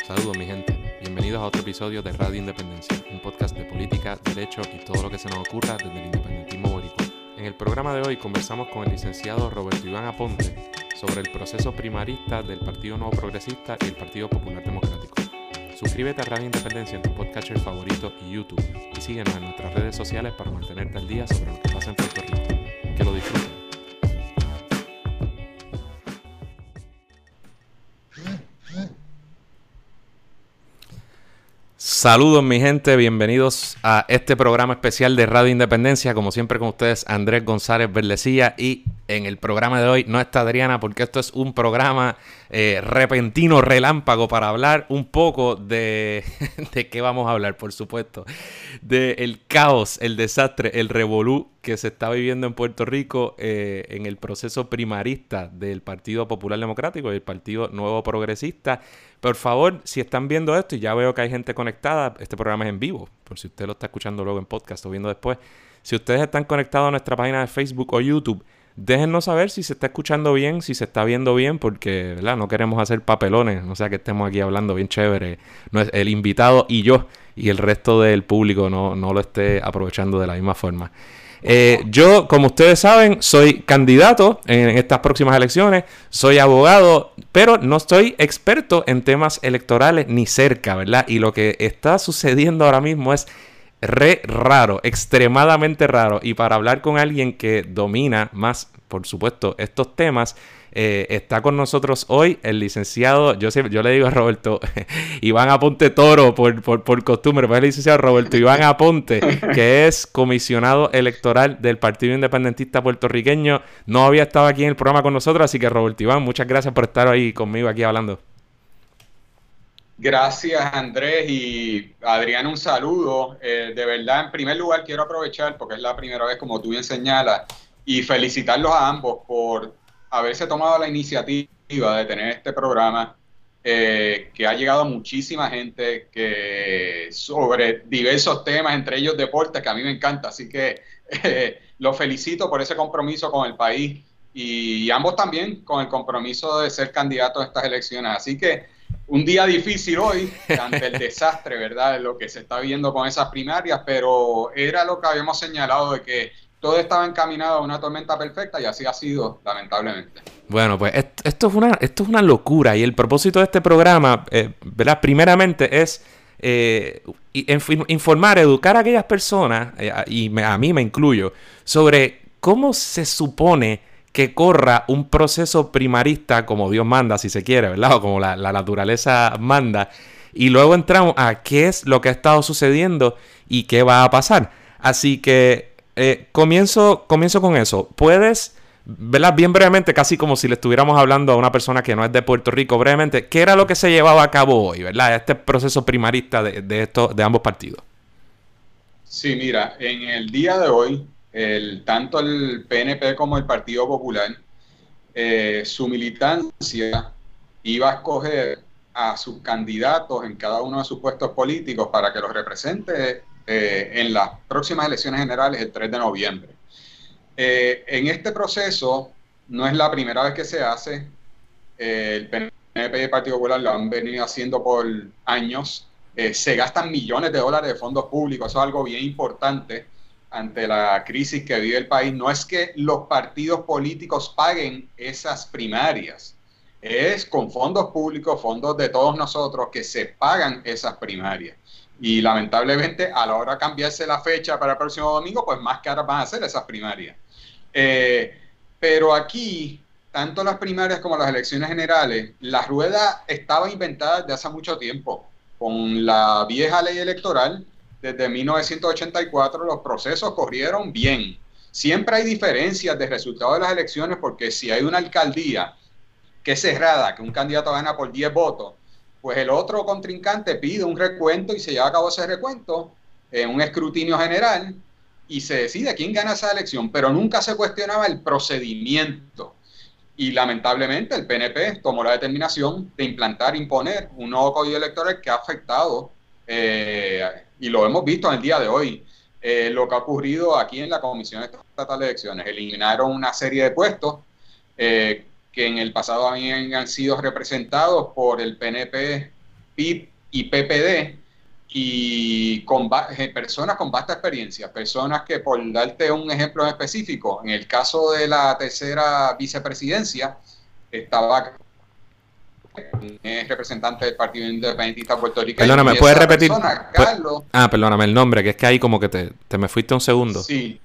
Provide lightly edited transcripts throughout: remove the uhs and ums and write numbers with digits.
Saludos mi gente, bienvenidos a otro episodio de Radio Independencia, un podcast de política, derecho y todo lo que se nos ocurra desde el independentismo boricua. En el programa de hoy conversamos con el licenciado Roberto Iván Aponte sobre el proceso primarista del Partido Nuevo Progresista y el Partido Popular Democrático. Suscríbete a Radio Independencia en tu podcatcher favorito y YouTube y síguenos en nuestras redes sociales para mantenerte al día sobre lo que pasa en Puerto Rico. Que lo disfruten. Saludos mi gente, bienvenidos a este programa especial de Radio Independencia, como siempre con ustedes Andrés González Berlesilla, y en el programa de hoy no está Adriana porque esto es un programa repentino, relámpago, para hablar un poco de qué vamos a hablar, por supuesto, del caos, el desastre, el revolú que se está viviendo en Puerto Rico en el proceso primarista del Partido Popular Democrático y el Partido Nuevo Progresista. Por favor, si están viendo esto, y ya veo que hay gente conectada, este programa es en vivo, por si usted lo está escuchando luego en podcast o viendo después. Si ustedes están conectados a nuestra página de Facebook o YouTube, déjennos saber si se está escuchando bien, si se está viendo bien, porque ¿verdad? No queremos hacer papelones, o sea que estemos aquí hablando bien chévere. No es el invitado y yo, y el resto del público no lo esté aprovechando de la misma forma. Yo, como ustedes saben, soy candidato en estas próximas elecciones, soy abogado, pero no soy experto en temas electorales ni cerca, ¿verdad? Y lo que está sucediendo ahora mismo es raro, extremadamente raro. Y para hablar con alguien que domina más, por supuesto, estos temas, está con nosotros hoy el licenciado, yo le digo a Roberto Iván Aponte Toro por costumbre, pero es el licenciado Roberto Iván Aponte, que es comisionado electoral del Partido Independentista Puertorriqueño. No había estado aquí en el programa con nosotros, así que Roberto Iván, muchas gracias por estar ahí conmigo aquí hablando. Gracias Andrés y Adrián, un saludo. De verdad, en primer lugar quiero aprovechar, porque es la primera vez como tú bien señalas, y felicitarlos a ambos por haberse tomado la iniciativa de tener este programa que ha llegado a muchísima gente sobre diversos temas, entre ellos deportes, que a mí me encanta. Así que los felicito por ese compromiso con el país y ambos también con el compromiso de ser candidatos a estas elecciones. Así que un día difícil hoy ante el desastre, ¿verdad?, de lo que se está viendo con esas primarias, pero era lo que habíamos señalado, de que todo estaba encaminado a una tormenta perfecta, y así ha sido, lamentablemente. Bueno, pues esto es una locura, y el propósito de este programa, ¿verdad? Primeramente es informar, educar a aquellas personas, a mí me incluyo, sobre cómo se supone que corra un proceso primarista como Dios manda, si se quiere, ¿verdad? O como la naturaleza manda. Y luego entramos a qué es lo que ha estado sucediendo y qué va a pasar. Así que comienzo con eso. ¿Puedes, ¿verdad? Bien brevemente, casi como si le estuviéramos hablando a una persona que no es de Puerto Rico, brevemente, qué era lo que se llevaba a cabo hoy, ¿verdad? Este proceso primarista de ambos partidos. Sí, mira, en el día de hoy, tanto el PNP como el Partido Popular, su militancia iba a escoger a sus candidatos en cada uno de sus puestos políticos para que los represente en las próximas elecciones generales el 3 de noviembre. En este proceso no es la primera vez que se hace. El PNP y el Partido Popular lo han venido haciendo por años. Se gastan millones de dólares de fondos públicos. Eso es algo bien importante ante la crisis que vive el país. No es que los partidos políticos paguen esas primarias, es con fondos públicos, fondos de todos nosotros, que se pagan esas primarias. Y lamentablemente, a la hora de cambiarse la fecha para el próximo domingo, pues más caras van a ser esas primarias. Pero aquí, tanto las primarias como las elecciones generales, la rueda estaba inventada desde hace mucho tiempo. Con la vieja ley electoral, desde 1984, los procesos corrieron bien. Siempre hay diferencias de resultados de las elecciones, porque si hay una alcaldía que es cerrada, que un candidato gana por 10 votos, pues el otro contrincante pide un recuento y se lleva a cabo ese recuento en un escrutinio general y se decide quién gana esa elección, pero nunca se cuestionaba el procedimiento. Y lamentablemente el PNP tomó la determinación de imponer un nuevo código electoral que ha afectado, y lo hemos visto en el día de hoy, lo que ha ocurrido aquí en la Comisión Estatal de Elecciones. Eliminaron una serie de puestos que en el pasado habían sido representados por el PNP PIP y PPD, y personas con vasta experiencia, personas que, por darte un ejemplo específico, en el caso de la tercera vicepresidencia, estaba representante del Partido Independentista Puertorriqueño. Perdóname, ¿puedes repetir? Carlos, perdóname, el nombre, que es que ahí como que te me fuiste un segundo. Sí,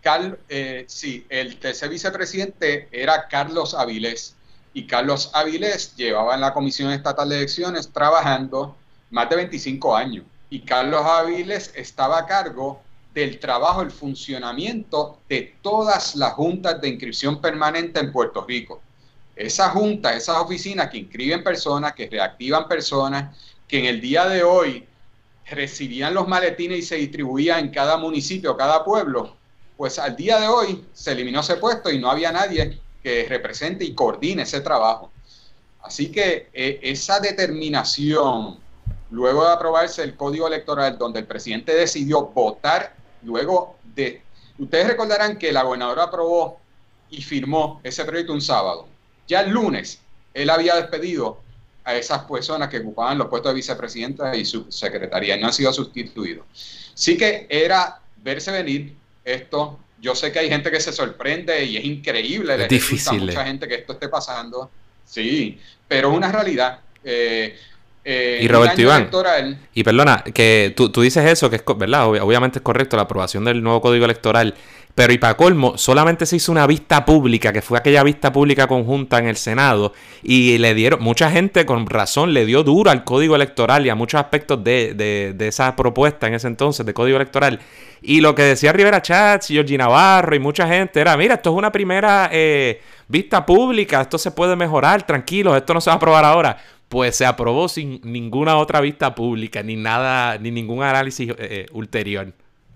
sí, el tercer vicepresidente era Carlos Avilés, y Carlos Avilés llevaba en la Comisión Estatal de Elecciones trabajando más de 25 años, y Carlos Avilés estaba a cargo del trabajo, el funcionamiento de todas las juntas de inscripción permanente en Puerto Rico. Esas juntas, esas oficinas que inscriben personas, que reactivan personas, que en el día de hoy recibían los maletines y se distribuían en cada municipio, cada pueblo, pues al día de hoy se eliminó ese puesto y no había nadie que represente y coordine ese trabajo. Así que esa determinación, luego de aprobarse el Código Electoral, donde el presidente decidió votar, luego de... Ustedes recordarán que la gobernadora aprobó y firmó ese proyecto un sábado. Ya el lunes, él había despedido a esas personas que ocupaban los puestos de vicepresidenta y subsecretaría, y no han sido sustituidos. Sí que era verse venir esto. Yo sé que hay gente que se sorprende y es increíble, es difícil, a mucha gente que esto esté pasando, sí, pero es una realidad. Y Roberto Iván, electoral, y perdona, que tú dices eso, que es verdad, obviamente es correcto, la aprobación del nuevo Código Electoral, pero y para colmo, solamente se hizo una vista pública, que fue aquella vista pública conjunta en el Senado, y le dieron, mucha gente con razón le dio duro al Código Electoral y a muchos aspectos de esa propuesta en ese entonces de Código Electoral. Y lo que decía Rivera Chats y Georgie Navarro y mucha gente era, mira, esto es una primera vista pública, esto se puede mejorar, tranquilos, esto no se va a aprobar ahora. Pues se aprobó sin ninguna otra vista pública, ni nada, ni ningún análisis ulterior.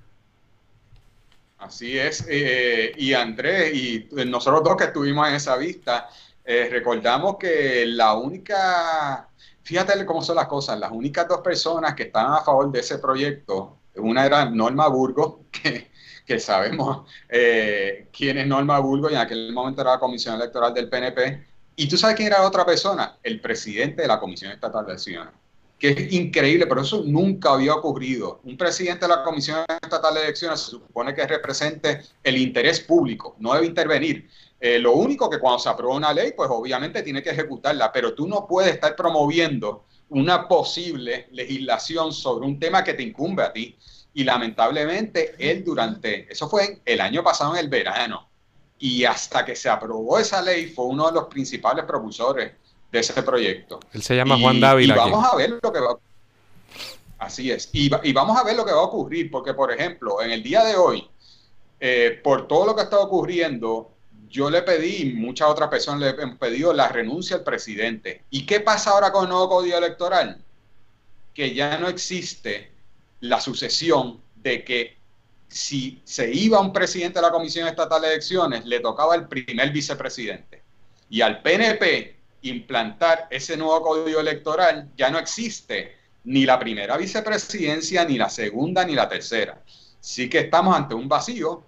Así es, y Andrés, y nosotros dos que estuvimos en esa vista, recordamos que la única, fíjate cómo son las cosas, las únicas dos personas que estaban a favor de ese proyecto, una era Norma Burgos, que sabemos quién es Norma Burgos, y en aquel momento era la Comisión Electoral del PNP, y tú sabes quién era la otra persona, el presidente de la Comisión Estatal de Elecciones, que es increíble, pero eso nunca había ocurrido. Un presidente de la Comisión Estatal de Elecciones se supone que represente el interés público, no debe intervenir. Lo único que cuando se aprueba una ley, pues obviamente tiene que ejecutarla, pero tú no puedes estar promoviendo una posible legislación sobre un tema que te incumbe a ti. Y lamentablemente él eso fue el año pasado en el verano, y hasta que se aprobó esa ley fue uno de los principales propulsores de ese proyecto. Él se llama Juan Dávila. Y vamos a ver lo que va. Así es. Y vamos a ver lo que va a ocurrir, porque, por ejemplo, en el día de hoy, por todo lo que ha estado ocurriendo, yo le pedí, y muchas otras personas le han pedido la renuncia al presidente. ¿Y qué pasa ahora con el nuevo Código Electoral? Que ya no existe la sucesión de que si se iba un presidente de la Comisión Estatal de Elecciones, le tocaba el primer vicepresidente. Y al PNP implantar ese nuevo Código Electoral, ya no existe ni la primera vicepresidencia, ni la segunda, ni la tercera. Sí que estamos ante un vacío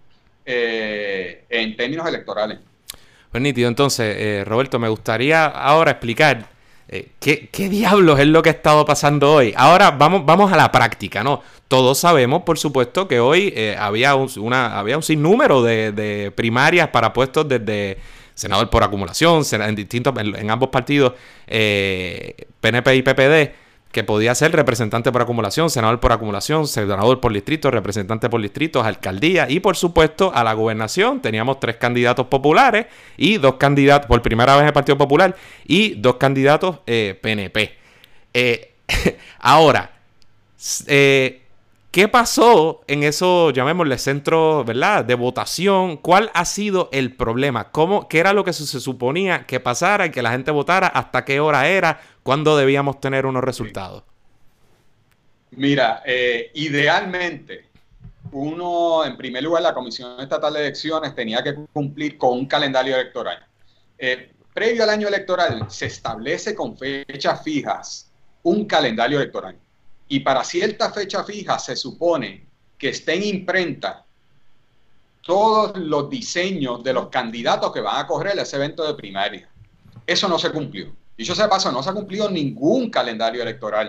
en términos electorales. Pues nítido, entonces, Roberto, me gustaría ahora explicar ¿qué diablos es lo que ha estado pasando hoy? Ahora vamos a la práctica, ¿no? Todos sabemos, por supuesto, que hoy había un sinnúmero de primarias para puestos desde senador por acumulación, en ambos partidos, PNP y PPD, que podía ser representante por acumulación, senador por acumulación, senador por distrito, representante por distritos, alcaldía y, por supuesto, a la gobernación. Teníamos 3 candidatos populares y 2 candidatos, por primera vez el Partido Popular, y 2 candidatos PNP. Ahora, ¿qué pasó en esos, llamémosle, centros, ¿verdad?, de votación? ¿Cuál ha sido el problema? ¿Qué era lo que se suponía que pasara y que la gente votara? ¿Hasta qué hora era? ¿Cuándo debíamos tener unos resultados? Mira, idealmente, en primer lugar, la Comisión Estatal de Elecciones tenía que cumplir con un calendario electoral. Previo al año electoral, se establece con fechas fijas un calendario electoral. Y para cierta fecha fija se supone que esté en imprenta todos los diseños de los candidatos que van a correr ese evento de primaria. Eso no se cumplió. Dicho sea de paso, no se ha cumplido ningún calendario electoral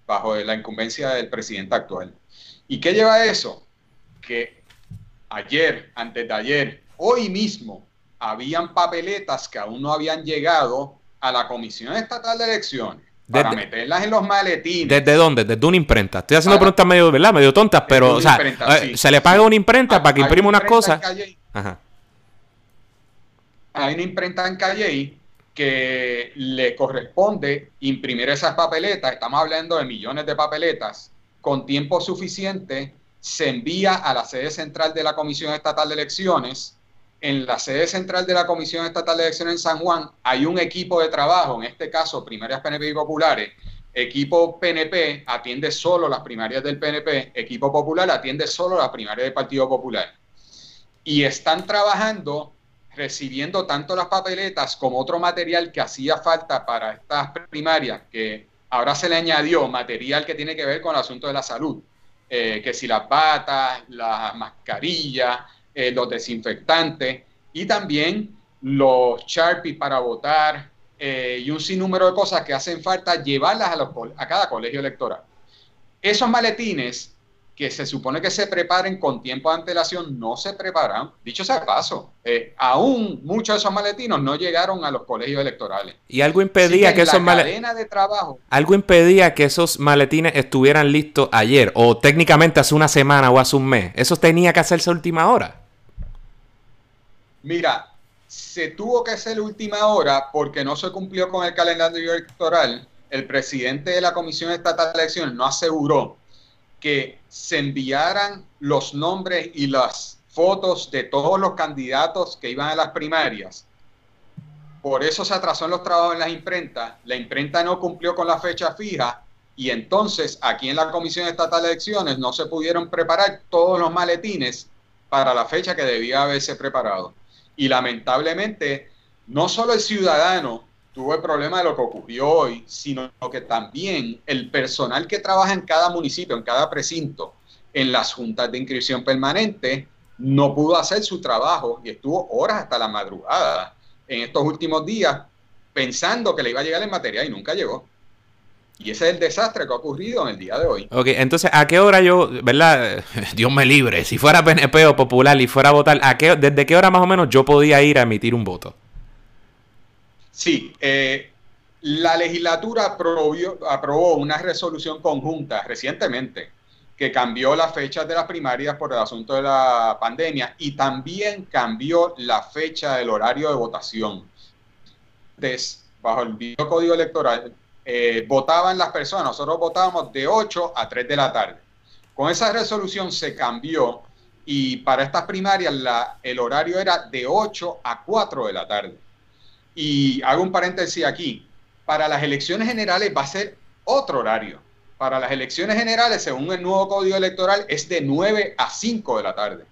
bajo la incumbencia del presidente actual. ¿Y qué lleva a eso? Que ayer, antes de ayer, hoy mismo, habían papeletas que aún no habían llegado a la Comisión Estatal de Elecciones para meterlas en los maletines. ¿Desde dónde? Desde una imprenta. Estoy haciendo preguntas medio, ¿verdad? Medio tontas, pero, o sea, sí, se le paga una imprenta para que imprima unas cosas. Ajá. Hay una imprenta en Calley que le corresponde imprimir esas papeletas. Estamos hablando de millones de papeletas. Con tiempo suficiente se envía a la sede central de la Comisión Estatal de Elecciones. En la sede central de la Comisión Estatal de Elecciones en San Juan hay un equipo de trabajo, en este caso primarias PNP y populares. Equipo PNP atiende solo las primarias del PNP, equipo popular atiende solo las primarias del Partido Popular. Y están trabajando, recibiendo tanto las papeletas como otro material que hacía falta para estas primarias, que ahora se le añadió material que tiene que ver con el asunto de la salud, que si las batas, las mascarillas, los desinfectantes y también los Sharpies para votar y un sinnúmero de cosas que hacen falta llevarlas a cada colegio electoral. Esos maletines que se supone que se preparen con tiempo de antelación no se preparan. Dicho sea de paso, aún muchos de esos maletines no llegaron a los colegios electorales. Y algo impedía que esos algo impedía que esos maletines estuvieran listos ayer o técnicamente hace una semana o hace un mes. Eso tenía que hacerse a última hora. Mira, se tuvo que hacer última hora porque no se cumplió con el calendario electoral. El presidente de la Comisión Estatal de Elecciones no aseguró que se enviaran los nombres y las fotos de todos los candidatos que iban a las primarias. Por eso se atrasó en los trabajos en las imprentas. La imprenta no cumplió con la fecha fija y entonces aquí en la Comisión Estatal de Elecciones no se pudieron preparar todos los maletines para la fecha que debía haberse preparado. Y lamentablemente, no solo el ciudadano tuvo el problema de lo que ocurrió hoy, sino que también el personal que trabaja en cada municipio, en cada precinto, en las juntas de inscripción permanente, no pudo hacer su trabajo y estuvo horas hasta la madrugada en estos últimos días pensando que le iba a llegar el material y nunca llegó. Y ese es el desastre que ha ocurrido en el día de hoy. Ok, entonces, ¿a qué hora yo, verdad? Dios me libre, si fuera PNP o popular y fuera a votar, ¿desde qué hora más o menos yo podía ir a emitir un voto? Sí, la legislatura aprobó una resolución conjunta recientemente que cambió las fechas de las primarias por el asunto de la pandemia y también cambió la fecha del horario de votación. Entonces, bajo el viejo código electoral, votaban las personas, nosotros votábamos de 8 a 3 de la tarde. Con esa resolución se cambió y para estas primarias el horario era de 8 a 4 de la tarde. Y hago un paréntesis aquí, para las elecciones generales va a ser otro horario. Para las elecciones generales, según el nuevo código electoral, es de 9 a 5 de la tarde.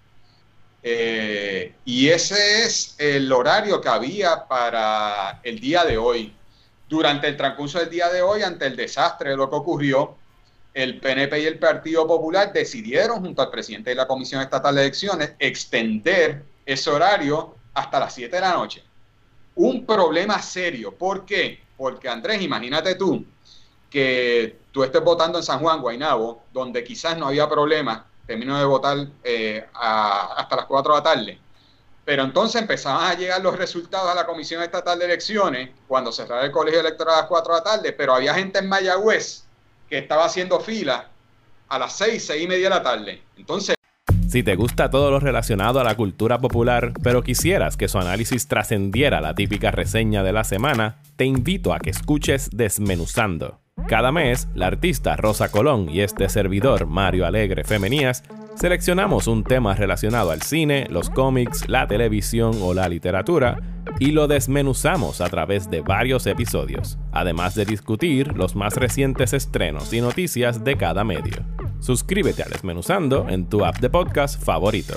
Y ese es el horario que había para el día de hoy. Durante el transcurso del día de hoy, ante el desastre de lo que ocurrió, el PNP y el Partido Popular decidieron, junto al presidente de la Comisión Estatal de Elecciones, extender ese horario hasta las 7 de la noche. Un problema serio. ¿Por qué? Porque, Andrés, imagínate tú que tú estés votando en San Juan, Guaynabo, donde quizás no había problema, termino de votar hasta las 4 de la tarde. Pero entonces empezaban a llegar los resultados a la Comisión Estatal de Elecciones cuando cerraba el colegio electoral a las 4 de la tarde, pero había gente en Mayagüez que estaba haciendo fila a las 6 y media de la tarde. Entonces, si te gusta todo lo relacionado a la cultura popular, pero quisieras que su análisis trascendiera la típica reseña de la semana, te invito a que escuches Desmenuzando. Cada mes, la artista Rosa Colón y este servidor, Mario Alegre Femenías, seleccionamos un tema relacionado al cine, los cómics, la televisión o la literatura y lo desmenuzamos a través de varios episodios, además de discutir los más recientes estrenos y noticias de cada medio. Suscríbete a Desmenuzando en tu app de podcast favorito.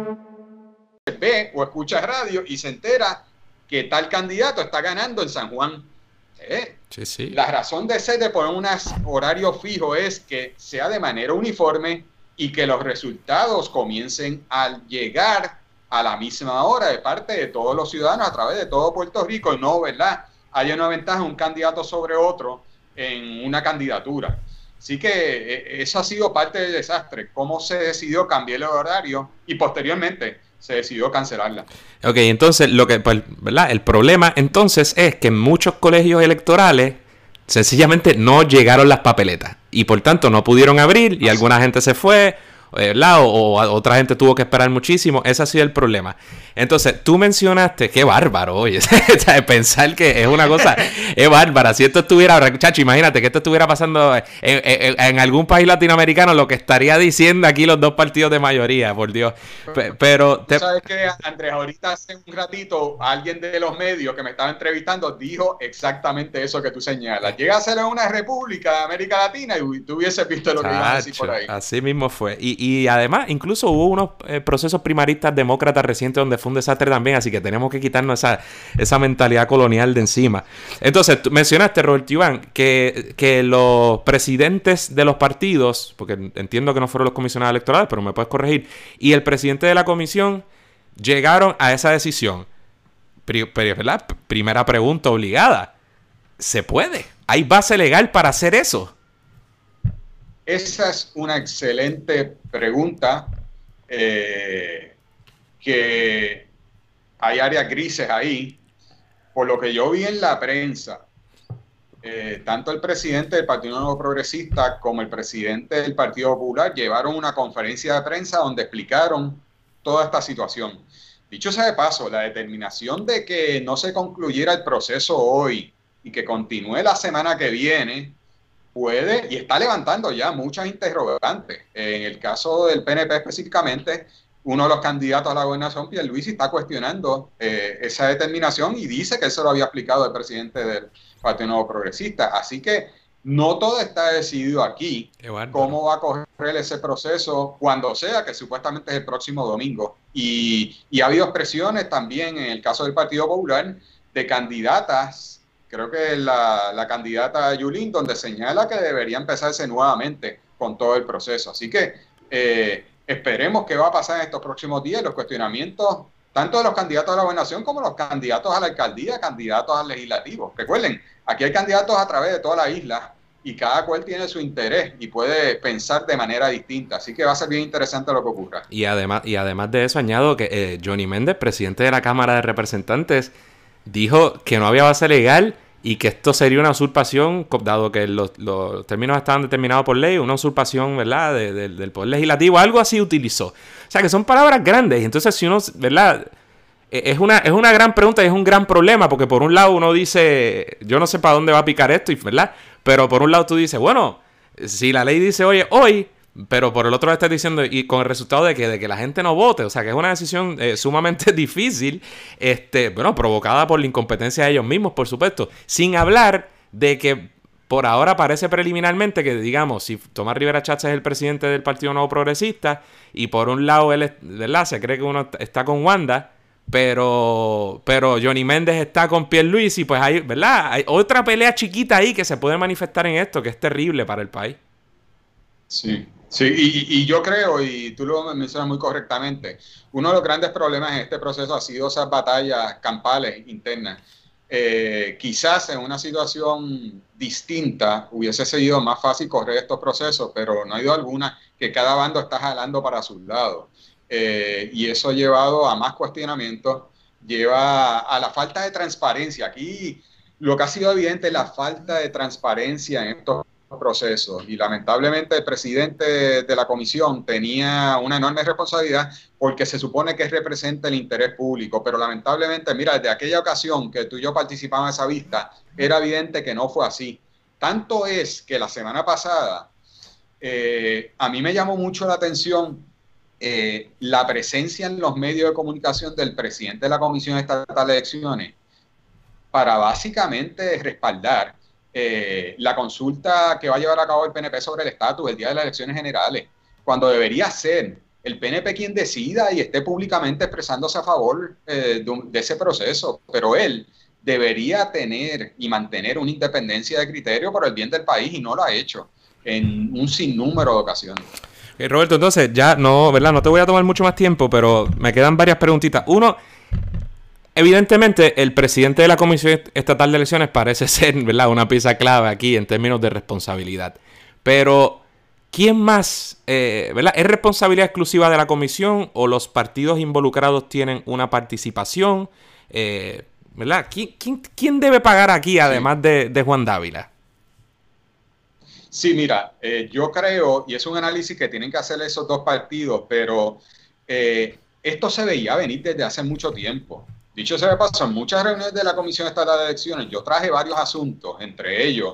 Ve o escucha radio y se entera que tal candidato está ganando en San Juan. Sí, sí. La razón de ser de poner un horario fijo es que sea de manera uniforme y que los resultados comiencen a llegar a la misma hora de parte de todos los ciudadanos a través de todo Puerto Rico y no, ¿verdad? Haya una ventaja un candidato sobre otro en una candidatura. Así que eso ha sido parte del desastre, cómo se decidió cambiar el horario y posteriormente se decidió cancelarla. Ok, entonces, pues, ¿verdad? El problema entonces es que en muchos colegios electorales sencillamente no llegaron las papeletas y por tanto no pudieron abrir y alguna gente se fue, ¿verdad? O otra gente tuvo que esperar muchísimo. Ese ha sido el problema. Entonces, tú mencionaste, qué bárbaro, oye, pensar que es una cosa, es bárbara. Si esto estuviera, chacho, imagínate que esto estuviera pasando en algún país latinoamericano, lo que estaría diciendo aquí los dos partidos de mayoría, por Dios. Pero ¿sabes qué, Andrés? Ahorita hace un ratito alguien de los medios que me estaba entrevistando dijo exactamente eso que tú señalas. Llega a ser una república de América Latina y tú hubieses visto lo que iban a decir por ahí. Así mismo fue. Y además, incluso hubo unos procesos primaristas demócratas recientes donde fue un desastre también, así que tenemos que quitarnos esa mentalidad colonial de encima. Entonces, tú mencionaste, Roberto Iván, que los presidentes de los partidos, porque entiendo que no fueron los comisionados electorales, pero me puedes corregir, y el presidente de la comisión llegaron a esa decisión. Pero, ¿verdad? Primera pregunta obligada. ¿Se puede? ¿Hay base legal para hacer eso? Esa es una excelente pregunta, que hay áreas grises ahí. Por lo que yo vi en la prensa, tanto el presidente del Partido Nuevo Progresista como el presidente del Partido Popular llevaron una conferencia de prensa donde explicaron toda esta situación. Dicho sea de paso, la determinación de que no se concluyera el proceso hoy y que continúe la semana que viene puede y está levantando ya muchas interrogantes. En el caso del PNP específicamente, uno de los candidatos a la gobernación, Pierluisi, está cuestionando esa determinación y dice que eso lo había explicado el presidente del Partido Nuevo Progresista. Así que no todo está decidido aquí. Cómo va a correr ese proceso cuando sea, que supuestamente es el próximo domingo. Y ha habido expresiones también en el caso del Partido Popular de candidatas. Creo que la candidata Yulín, donde señala que debería empezarse nuevamente con todo el proceso. Así que esperemos qué va a pasar en estos próximos días. Los cuestionamientos, tanto de los candidatos a la gobernación como los candidatos a la alcaldía, candidatos al legislativo. Recuerden, aquí hay candidatos a través de toda la isla y cada cual tiene su interés y puede pensar de manera distinta. Así que va a ser bien interesante lo que ocurra. Y además de eso, añado que Johnny Méndez, presidente de la Cámara de Representantes, dijo que no había base legal y que esto sería una usurpación, dado que los términos estaban determinados por ley, una usurpación, ¿verdad?, del Poder Legislativo, algo así utilizó. O sea, que son palabras grandes. Y entonces, si uno, ¿verdad?, es una gran pregunta y es un gran problema, porque por un lado uno dice, yo no sé para dónde va a picar esto, ¿verdad? Pero por un lado tú dices, bueno, si la ley dice hoy, pero por el otro lado estás diciendo, y con el resultado de que la gente no vote, o sea que es una decisión sumamente difícil, bueno, provocada por la incompetencia de ellos mismos, por supuesto, sin hablar de que por ahora parece preliminarmente que, digamos, si Tomás Rivera Chatz es el presidente del Partido Nuevo Progresista, y por un lado él, ¿verdad?, se cree que uno está con Wanda, pero Johnny Méndez está con Pierluisi, pues hay, ¿verdad?, hay otra pelea chiquita ahí que se puede manifestar en esto, que es terrible para el país. Sí. Sí, y yo creo, y tú lo mencionas muy correctamente, uno de los grandes problemas en este proceso ha sido esas batallas campales internas. Quizás en una situación distinta hubiese sido más fácil correr estos procesos, pero no ha ido alguna que cada bando está jalando para sus lados. Y eso ha llevado a más cuestionamientos, lleva a la falta de transparencia. Aquí lo que ha sido evidente es la falta de transparencia en estos procesos y lamentablemente el presidente de la comisión tenía una enorme responsabilidad porque se supone que representa el interés público, pero lamentablemente, mira, desde aquella ocasión que tú y yo participamos en esa vista, era evidente que no fue así. Tanto es que la semana pasada a mí me llamó mucho la atención la presencia en los medios de comunicación del presidente de la Comisión Estatal de Elecciones para básicamente respaldar la consulta que va a llevar a cabo el PNP sobre el estatus el día de las elecciones generales, cuando debería ser el PNP quien decida y esté públicamente expresándose a favor de ese proceso, pero él debería tener y mantener una independencia de criterio por el bien del país y no lo ha hecho en un sinnúmero de ocasiones. Roberto, entonces ya no, ¿verdad? No te voy a tomar mucho más tiempo, pero me quedan varias preguntitas. Uno, evidentemente, el presidente de la Comisión Estatal de Elecciones parece ser, ¿verdad?, una pieza clave aquí en términos de responsabilidad. Pero, ¿quién más, verdad? ¿Es responsabilidad exclusiva de la comisión o los partidos involucrados tienen una participación? ¿Verdad? ¿Quién debe pagar aquí, además de Juan Dávila? Sí, mira, yo creo, y es un análisis que tienen que hacer esos dos partidos, pero esto se veía venir desde hace mucho tiempo. Dicho sea de paso, en muchas reuniones de la Comisión Estatal de Elecciones, yo traje varios asuntos, entre ellos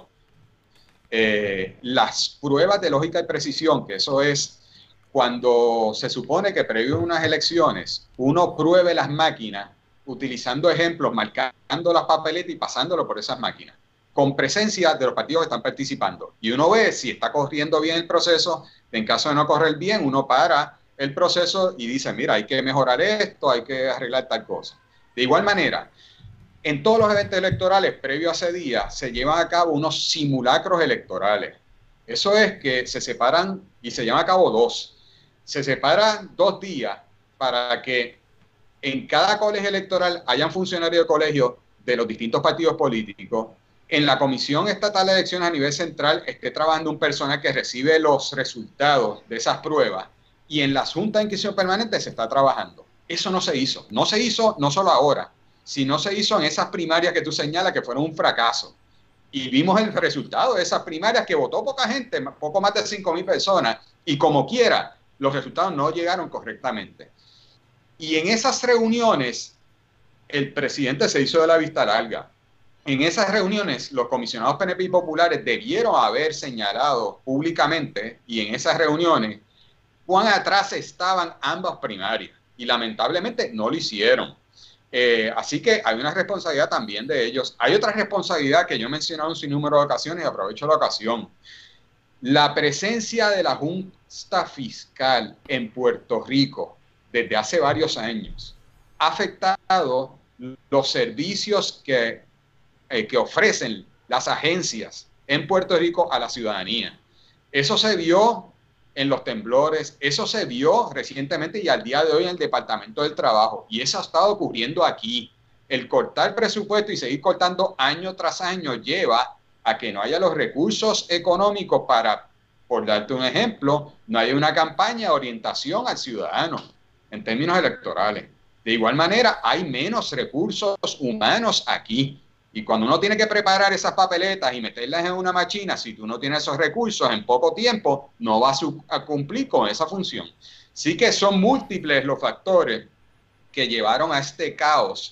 las pruebas de lógica y precisión, que eso es cuando se supone que previo a unas elecciones uno pruebe las máquinas utilizando ejemplos, marcando las papeletas y pasándolo por esas máquinas, con presencia de los partidos que están participando. Y uno ve si está corriendo bien el proceso. En caso de no correr bien, uno para el proceso y dice, mira, hay que mejorar esto, hay que arreglar tal cosa. De igual manera, en todos los eventos electorales, previo a ese día, se llevan a cabo unos simulacros electorales. Eso es que se separan y se llevan a cabo dos. Se separan 2 días para que en cada colegio electoral hayan funcionarios de colegio de los distintos partidos políticos. En la Comisión Estatal de Elecciones a nivel central esté trabajando un personal que recibe los resultados de esas pruebas, y en la Junta de Inquisición Permanente se está trabajando. Eso no se hizo. No se hizo no solo ahora, sino se hizo en esas primarias que tú señalas que fueron un fracaso. Y vimos el resultado de esas primarias, que votó poca gente, poco más de 5,000 personas, y como quiera, los resultados no llegaron correctamente. Y en esas reuniones, el presidente se hizo de la vista larga. En esas reuniones, los comisionados PNP y populares debieron haber señalado públicamente, y en esas reuniones, cuán atrás estaban ambas primarias. Y lamentablemente no lo hicieron. Así que hay una responsabilidad también de ellos. Hay otra responsabilidad que yo he mencionado en un sinnúmero de ocasiones y aprovecho la ocasión. La presencia de la Junta Fiscal en Puerto Rico desde hace varios años ha afectado los servicios que ofrecen las agencias en Puerto Rico a la ciudadanía. Eso se vio en los temblores, eso se vio recientemente y al día de hoy en el Departamento del Trabajo, y eso ha estado ocurriendo aquí. El cortar presupuesto y seguir cortando año tras año lleva a que no haya los recursos económicos para, por darte un ejemplo, no haya una campaña de orientación al ciudadano en términos electorales. De igual manera, hay menos recursos humanos aquí. Y cuando uno tiene que preparar esas papeletas y meterlas en una máquina, si tú no tienes esos recursos en poco tiempo, no vas a cumplir con esa función. Sí que son múltiples los factores que llevaron a este caos.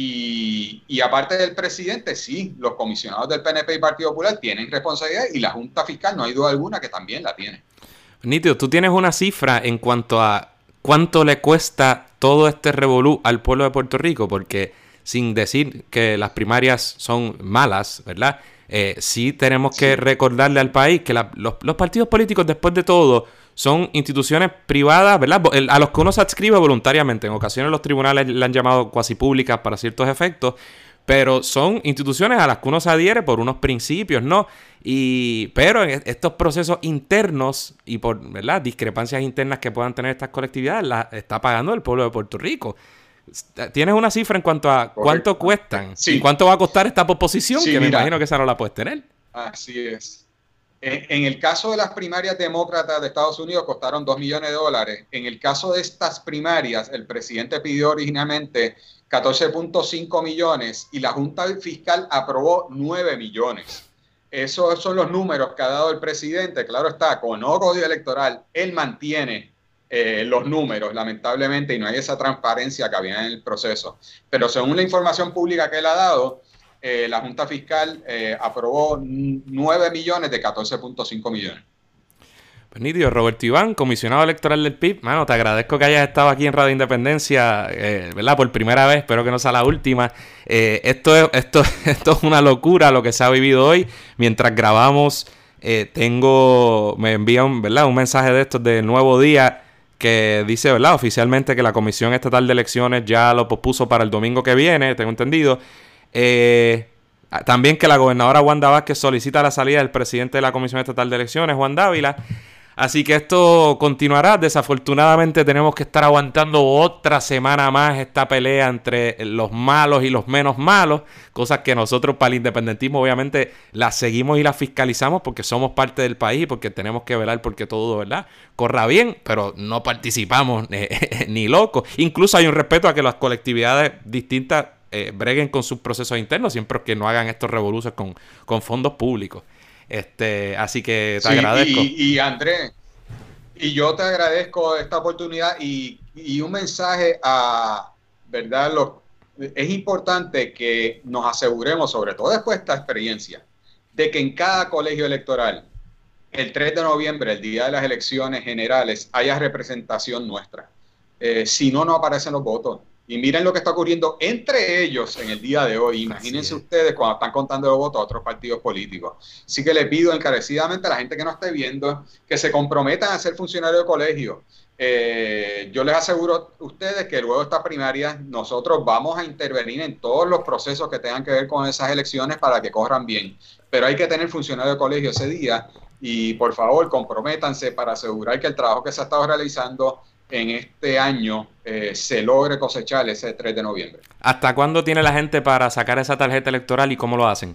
Y aparte del presidente, sí, los comisionados del PNP y Partido Popular tienen responsabilidad, y la Junta Fiscal no hay duda alguna que también la tiene. Nítido, ¿tú tienes una cifra en cuanto a cuánto le cuesta todo este revolú al pueblo de Puerto Rico? Porque sin decir que las primarias son malas, ¿verdad? Sí tenemos que recordarle al país que los partidos políticos, después de todo, son instituciones privadas, ¿verdad? A los que uno se adscribe voluntariamente. En ocasiones los tribunales le han llamado cuasi públicas para ciertos efectos, pero son instituciones a las que uno se adhiere por unos principios, ¿no? Pero en estos procesos internos y por, ¿verdad?, discrepancias internas que puedan tener estas colectividades, las está pagando el pueblo de Puerto Rico. ¿Tienes una cifra en cuanto a cuánto cuestan? Sí. ¿Y cuánto va a costar esta posposición? Sí, que mira, me imagino que esa no la puedes tener. Así es. En el caso de las primarias demócratas de Estados Unidos costaron $2 millones. En el caso de estas primarias, el presidente pidió originalmente 14.5 millones y la Junta Fiscal aprobó 9 millones. Esos son los números que ha dado el presidente. Claro está, con nuevo código electoral, él mantiene los números, lamentablemente, y no hay esa transparencia que había en el proceso. Pero según la información pública que él ha dado, la Junta Fiscal aprobó 9 millones de 14.5 millones. Pues nítido, Roberto Iván, comisionado electoral del PIB. Mano, te agradezco que hayas estado aquí en Radio Independencia, ¿verdad? Por primera vez, espero que no sea la última. Esto es una locura lo que se ha vivido hoy. Mientras grabamos, me envían, ¿verdad?, un mensaje de estos de Nuevo Día que dice, ¿verdad?, oficialmente que la Comisión Estatal de Elecciones ya lo pospuso para el domingo que viene, tengo entendido. También que la gobernadora Wanda Vázquez solicita la salida del presidente de la Comisión Estatal de Elecciones, Juan Dávila. Así que esto continuará. Desafortunadamente tenemos que estar aguantando otra semana más esta pelea entre los malos y los menos malos. Cosas que nosotros para el independentismo obviamente las seguimos y las fiscalizamos porque somos parte del país y porque tenemos que velar porque todo, ¿verdad?, corra bien, pero no participamos ni locos. Incluso hay un respeto a que las colectividades distintas breguen con sus procesos internos, siempre que no hagan estos revoluciones con fondos públicos. Así que te agradezco. Y Andrés, y yo te agradezco esta oportunidad y un mensaje a, ¿verdad? Es importante que nos aseguremos, sobre todo después de esta experiencia, de que en cada colegio electoral, el 3 de noviembre, el día de las elecciones generales, haya representación nuestra. Si no, no aparecen los votos. Y miren lo que está ocurriendo entre ellos en el día de hoy. Imagínense ustedes cuando están contando los votos a otros partidos políticos. Así que le pido encarecidamente a la gente que nos esté viendo que se comprometan a ser funcionarios de colegio. Yo les aseguro a ustedes que luego de estas primarias nosotros vamos a intervenir en todos los procesos que tengan que ver con esas elecciones para que corran bien. Pero hay que tener funcionarios de colegio ese día y por favor comprométanse para asegurar que el trabajo que se ha estado realizando en este año se logre cosechar ese 3 de noviembre. ¿Hasta cuándo tiene la gente para sacar esa tarjeta electoral y cómo lo hacen?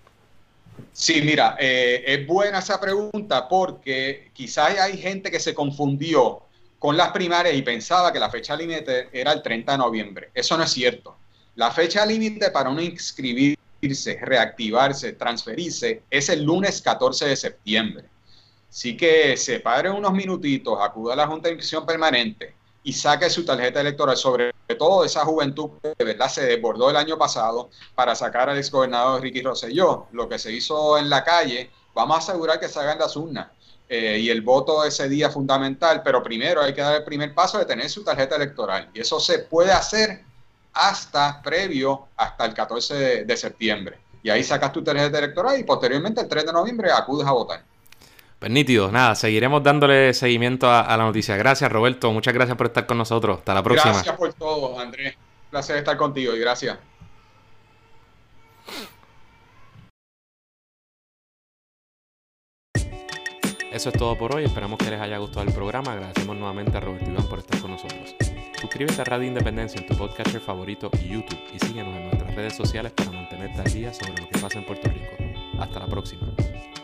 Sí, mira, es buena esa pregunta porque quizás hay gente que se confundió con las primarias y pensaba que la fecha límite era el 30 de noviembre. Eso no es cierto. La fecha límite para uno inscribirse, reactivarse, transferirse es el lunes 14 de septiembre. Así que separe unos minutitos, acuda a la Junta de Inscripción Permanente y saque su tarjeta electoral, sobre todo esa juventud que de verdad se desbordó el año pasado para sacar al exgobernador Ricky Rosselló. Lo que se hizo en la calle, vamos a asegurar que se hagan las urnas. Y el voto ese día es fundamental, pero primero hay que dar el primer paso de tener su tarjeta electoral. Y eso se puede hacer hasta el 14 de septiembre. Y ahí sacas tu tarjeta electoral y posteriormente el 3 de noviembre acudes a votar. Pues nítido, nada, seguiremos dándole seguimiento a la noticia. Gracias, Roberto, muchas gracias por estar con nosotros. Hasta la próxima. Gracias por todo, Andrés. Un placer estar contigo y gracias. Eso es todo por hoy, esperamos que les haya gustado el programa. Agradecemos nuevamente a Roberto Iván por estar con nosotros. Suscríbete a Radio Independencia en tu podcatcher favorito y YouTube y síguenos en nuestras redes sociales para mantenerte al día sobre lo que pasa en Puerto Rico. Hasta la próxima.